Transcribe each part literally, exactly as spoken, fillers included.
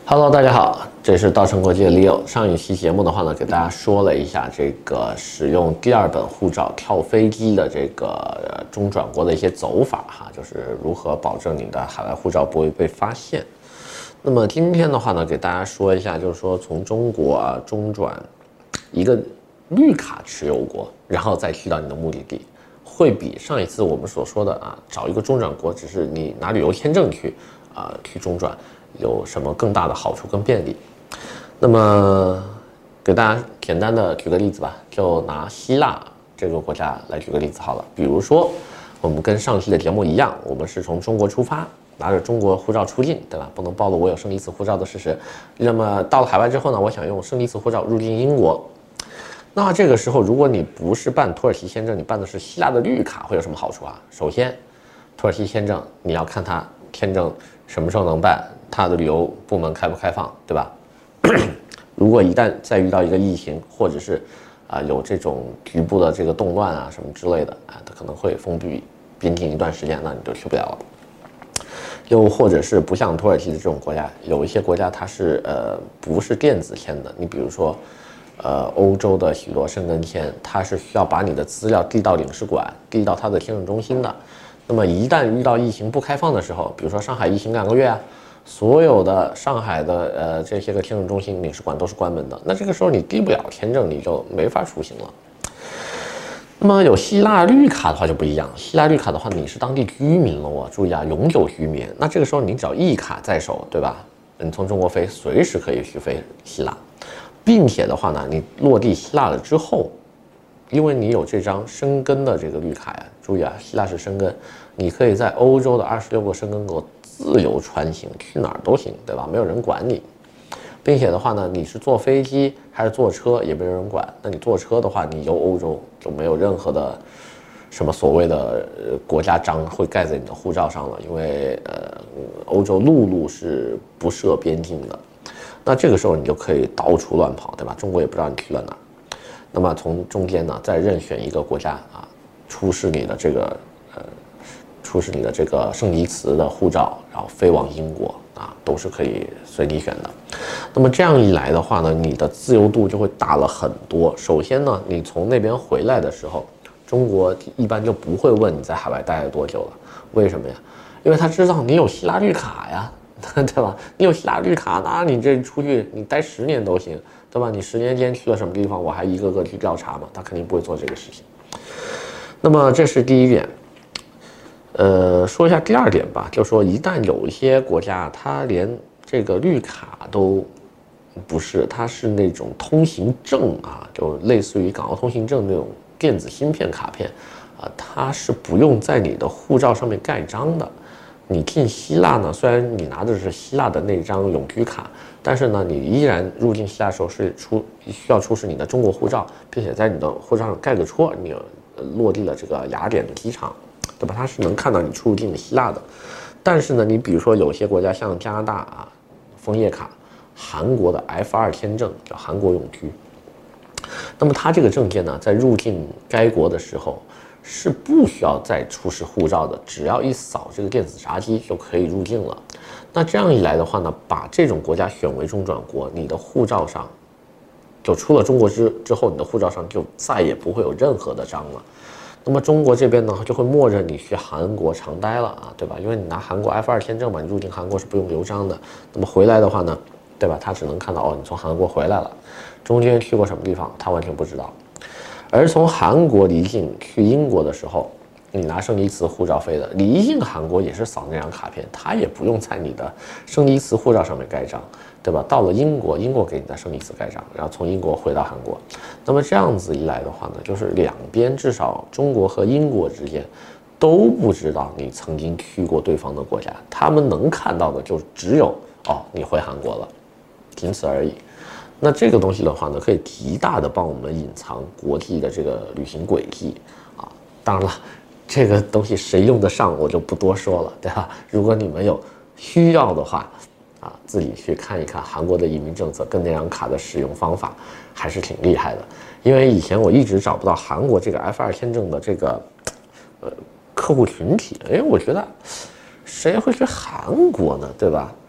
Hello， 大家好，这是稻城国际的 Leo。上一期节目的话呢，给大家说了一下这个使用第二本护照跳飞机的这个中转国的一些走法哈，就是如何保证你的海外护照不会被发现。那么今天的话呢，给大家说一下，就是说从中国啊中转一个绿卡持有国，然后再去到你的目的地，会比上一次我们所说的啊找一个中转国，只是你拿旅游签证去啊去中转。有什么更大的好处跟便利？那么给大家简单的举个例子吧，就拿希腊这个国家来举个例子好了。比如说，我们跟上期的节目一样，我们是从中国出发，拿着中国护照出境，对吧？不能暴露我有生离死护照的事实。那么到了海外之后呢，我想用生离死护照入境英国。那这个时候，如果你不是办土耳其签证，你办的是希腊的绿卡，会有什么好处啊？首先，土耳其签证你要看它签证什么时候能办。它的旅游部门开不开放，对吧？如果一旦再遇到一个疫情，或者是啊有这种局部的这个动乱啊什么之类的啊，它可能会封闭边境一段时间，那你就去不了了。又或者是不像土耳其的这种国家，有一些国家它是呃不是电子签的，你比如说呃欧洲的许多申根签，它是需要把你的资料递到领事馆，递到它的签证中心的。那么一旦遇到疫情不开放的时候，比如说上海疫情两个月啊。所有的上海的呃这些个签证中心、领事馆都是关门的，那这个时候你递不了签证，你就没法出行了。那么有希腊绿卡的话就不一样，希腊绿卡的话你是当地居民了，我注意啊，永久居民。那这个时候你只要一卡在手，对吧？你从中国飞，随时可以去飞希腊，并且的话呢，你落地希腊了之后，因为你有这张申根的这个绿卡呀，注意啊，希腊是申根，你可以在欧洲的二十六个申根国自由穿行，去哪儿都行，对吧？没有人管你，并且的话呢，你是坐飞机还是坐车也没有人管。那你坐车的话，你游欧洲就没有任何的什么所谓的国家章会盖在你的护照上了，因为呃，欧洲陆路是不设边境的。那这个时候你就可以到处乱跑，对吧？中国也不知道你去了哪儿。那么从中间呢，再任选一个国家啊，出示你的这个呃。出示你的这个圣尼茨的护照，然后飞往英国啊，都是可以随你选的。那么这样一来的话呢，你的自由度就会大了很多。首先呢，你从那边回来的时候，中国一般就不会问你在海外待了多久了。为什么呀？因为他知道你有希腊绿卡呀，对吧？你有希腊绿卡，那你这出去你待十年都行，对吧？你十年间去了什么地方，我还一个个去调查嘛，他肯定不会做这个事情。那么这是第一点。呃，说一下第二点吧，就是说一旦有一些国家，它连这个绿卡都不是，它是那种通行证啊，就类似于港澳通行证那种电子芯片卡片啊，它是不用在你的护照上面盖章的。你进希腊呢，虽然你拿的是希腊的那张永居卡，但是呢，你依然入境希腊的时候是出需要出示你的中国护照，并且在你的护照上盖个戳，你落地了这个雅典的机场。对吧？它是能看到你出入境希腊的，但是呢，你比如说有些国家像加拿大啊，枫叶卡，韩国的 F 二签证叫韩国永居，那么它这个证件呢，在入境该国的时候是不需要再出示护照的，只要一扫这个电子闸机就可以入境了。那这样一来的话呢，把这种国家选为中转国，你的护照上就出了中国之之后，你的护照上就再也不会有任何的章了。那么中国这边呢，就会默认你去韩国长待了啊，对吧？因为你拿韩国 F 二签证嘛，你入境韩国是不用留章的。那么回来的话呢，对吧？他只能看到哦，你从韩国回来了，中间去过什么地方，他完全不知道。而从韩国离境去英国的时候，你拿生离茨护照飞的，离境韩国也是扫那张卡片，他也不用在你的生离茨护照上面盖章，对吧？到了英国，英国给你的生离茨盖章，然后从英国回到韩国。那么这样子一来的话呢，就是两边至少中国和英国之间都不知道你曾经去过对方的国家，他们能看到的就只有哦，你回韩国了，仅此而已。那这个东西的话呢，可以极大的帮我们隐藏国际的这个旅行轨迹啊。当然了，这个东西谁用得上，我就不多说了，对吧？如果你们有需要的话，啊，自己去看一看韩国的移民政策跟那张卡的使用方法，还是挺厉害的。因为以前我一直找不到韩国这个 F 二签证的这个呃客户群体，因为我觉得谁会去韩国呢，对吧？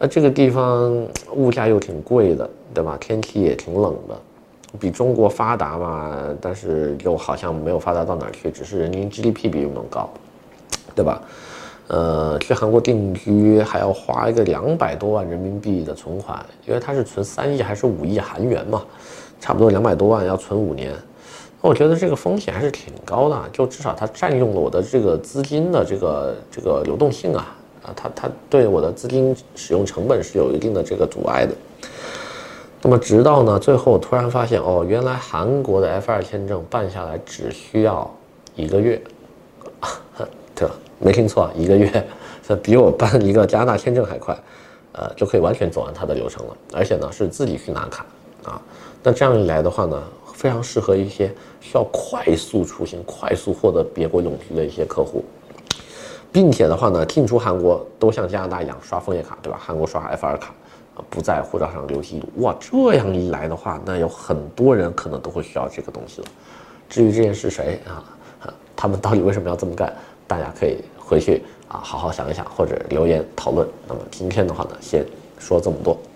呃，这个地方物价又挺贵的，对吧？天气也挺冷的，比中国发达嘛，但是又好像没有发达到哪儿去，只是人均 G D P 比我们高，对吧？呃，去韩国定居还要花一个两百多万人民币的存款，因为他是存三亿还是五亿韩元嘛，差不多两百多万要存五年。我觉得这个风险还是挺高的，就至少它占用了我的这个资金的这个这个流动性啊。啊，它它对我的资金使用成本是有一定的这个阻碍的。那么直到呢，最后突然发现，哦，原来韩国的 F 二签证办下来只需要一个月，对吧？没听错，一个月，这比我办一个加拿大签证还快，呃，就可以完全走完它的流程了。而且呢，是自己去拿卡啊。那这样一来的话呢，非常适合一些需要快速出行、快速获得别国永居的一些客户。并且的话呢，进出韩国都像加拿大一样刷枫叶卡，对吧？韩国刷 F 二卡，啊，不在护照上留记录。哇，这样一来的话，那有很多人可能都会需要这个东西了。至于这件事谁啊，他们到底为什么要这么干，大家可以回去啊好好想一想，或者留言讨论。那么今天的话呢，先说这么多。